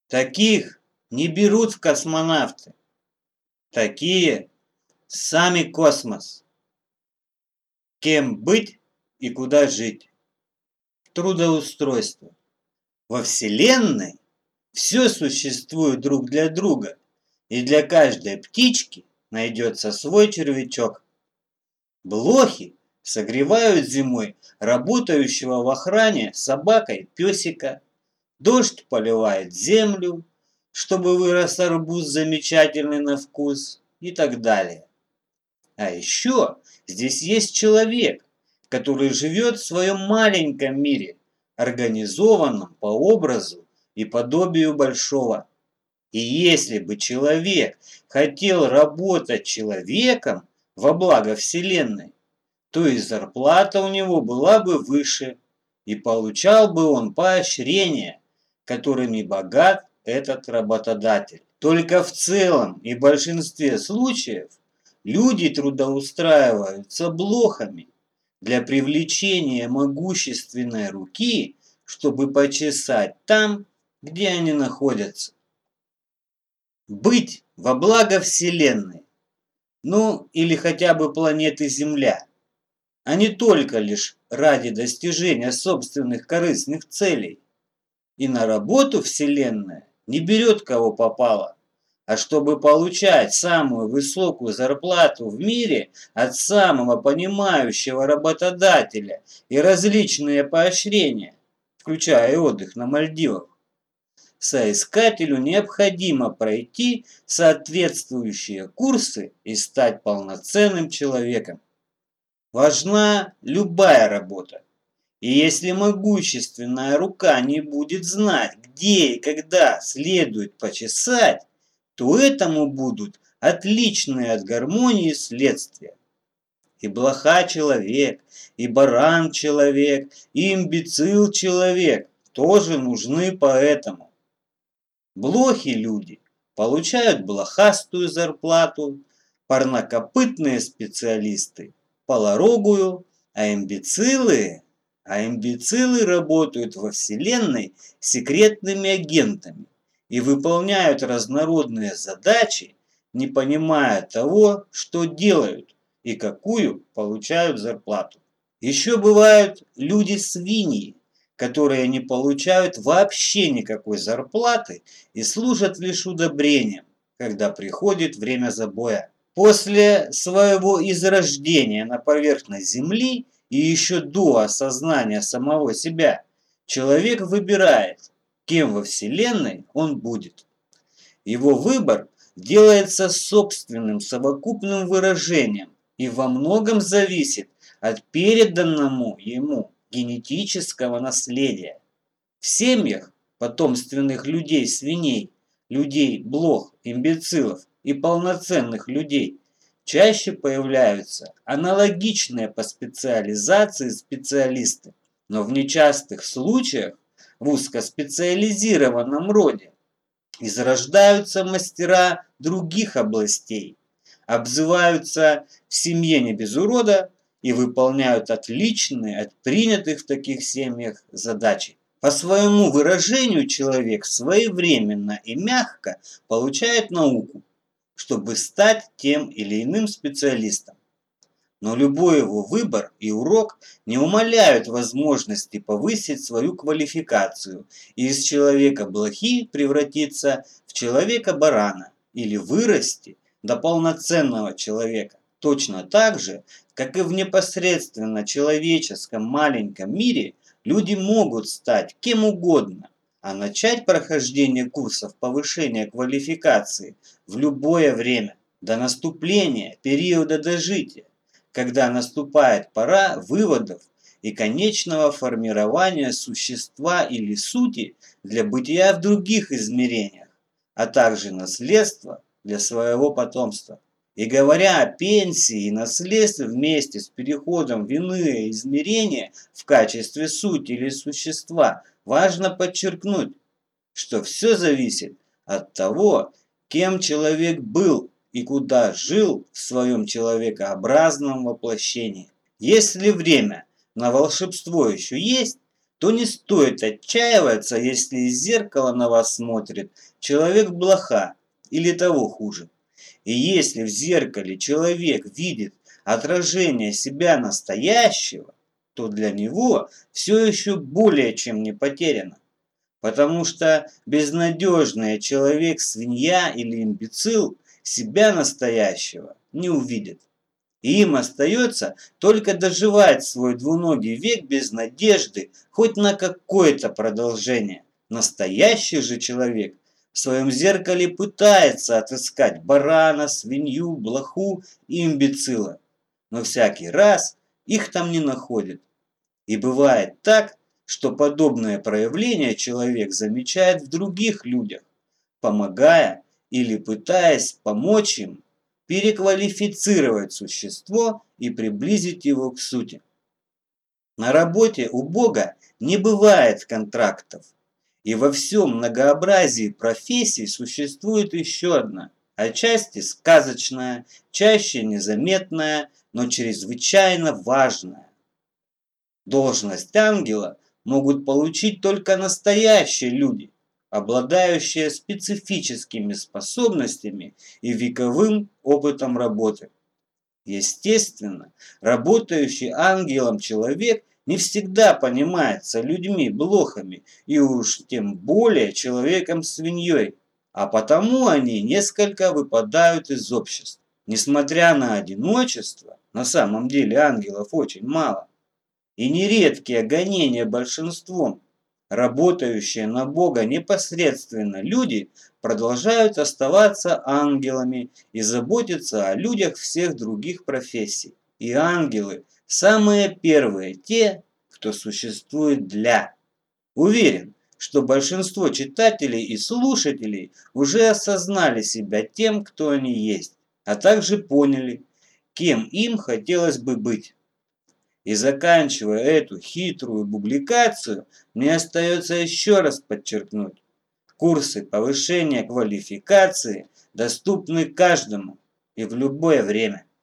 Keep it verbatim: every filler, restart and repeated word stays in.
Таких не берут в космонавты. Такие сами космос. Кем быть и куда жить. Трудоустройство. Во Вселенной все существует друг для друга, и для каждой птички найдется свой червячок. Блохи согревают зимой работающего в охране собакой песика. Дождь поливает землю, чтобы вырос арбуз замечательный на вкус и так далее. А еще здесь есть человек, который живет в своем маленьком мире, организованном по образу и подобию большого. И если бы человек хотел работать человеком во благо Вселенной, то и зарплата у него была бы выше, и получал бы он поощрения, которыми богат этот работодатель. Только в целом и большинстве случаев люди трудоустраиваются блохами для привлечения могущественной руки, чтобы почесать там, где они находятся. Быть во благо Вселенной, ну или хотя бы планеты Земля, а не только лишь ради достижения собственных корыстных целей. И на работу Вселенная не берет кого попало, а чтобы получать самую высокую зарплату в мире от самого понимающего работодателя и различные поощрения, включая отдых на Мальдивах, соискателю необходимо пройти соответствующие курсы и стать полноценным человеком. Важна любая работа. И если могущественная рука не будет знать, где и когда следует почесать, то этому будут отличные от гармонии следствия. И блоха человек, и баран человек, и имбецил человек тоже нужны поэтому. Блохи люди получают блохастую зарплату, парнокопытные специалисты – полорогую, а имбецилы, а имбецилы работают во Вселенной секретными агентами и выполняют разнородные задачи, не понимая того, что делают и какую получают зарплату. Еще бывают люди-свиньи, которые не получают вообще никакой зарплаты и служат лишь удобрением, когда приходит время забоя. После своего изрождения на поверхность Земли и еще до осознания самого себя, человек выбирает, кем во Вселенной он будет. Его выбор делается собственным совокупным выражением и во многом зависит от переданному ему генетического наследия. В семьях потомственных людей-свиней, людей-блох, имбецилов и полноценных людей чаще появляются аналогичные по специализации специалисты, но в нечастых случаях в узкоспециализированном роде изрождаются мастера других областей, обзываются в семье не без урода и выполняют отличные от принятых в таких семьях задачи. По своему выражению человек своевременно и мягко получает науку, чтобы стать тем или иным специалистом. Но любой его выбор и урок не умаляют возможности повысить свою квалификацию и из человека-блохи превратиться в человека-барана или вырасти до полноценного человека. Точно так же, как и в непосредственно человеческом маленьком мире, люди могут стать кем угодно, а начать прохождение курсов повышения квалификации в любое время, до наступления периода дожития, когда наступает пора выводов и конечного формирования существа или сути для бытия в других измерениях, а также наследства для своего потомства. И говоря о пенсии и наследстве вместе с переходом в иные измерения в качестве сути или существа, важно подчеркнуть, что все зависит от того, кем человек был и куда жил в своем человекообразном воплощении. Если время на волшебство еще есть, то не стоит отчаиваться, если из зеркала на вас смотрит человек-блоха или того хуже. И если в зеркале человек видит отражение себя настоящего, то для него все еще более чем не потеряно. Потому что безнадежный человек-свинья или имбецил себя настоящего не увидит. И им остается только доживать свой двуногий век без надежды хоть на какое-то продолжение. Настоящий же человек в своем зеркале пытается отыскать барана, свинью, блоху и имбецила. Но всякий раз их там не находит. И бывает так, что подобное проявление человек замечает в других людях, помогая или пытаясь помочь им переквалифицировать существо и приблизить его к сути. На работе у Бога не бывает контрактов, и во всем многообразии профессий существует еще одна, отчасти сказочная, чаще незаметная, но чрезвычайно важная. Должность ангела могут получить только настоящие люди, обладающие специфическими способностями и вековым опытом работы. Естественно, работающий ангелом человек не всегда понимается людьми-блохами и уж тем более человеком-свиньей, а потому они несколько выпадают из общества. Несмотря на одиночество, на самом деле ангелов очень мало, и нередкие гонения большинством, работающие на Бога непосредственно люди продолжают оставаться ангелами и заботиться о людях всех других профессий. И ангелы – самые первые, те, кто существует для. Уверен, что большинство читателей и слушателей уже осознали себя тем, кто они есть, а также поняли, кем им хотелось бы быть. И заканчивая эту хитрую публикацию, мне остается еще раз подчеркнуть: курсы повышения квалификации доступны каждому и в любое время.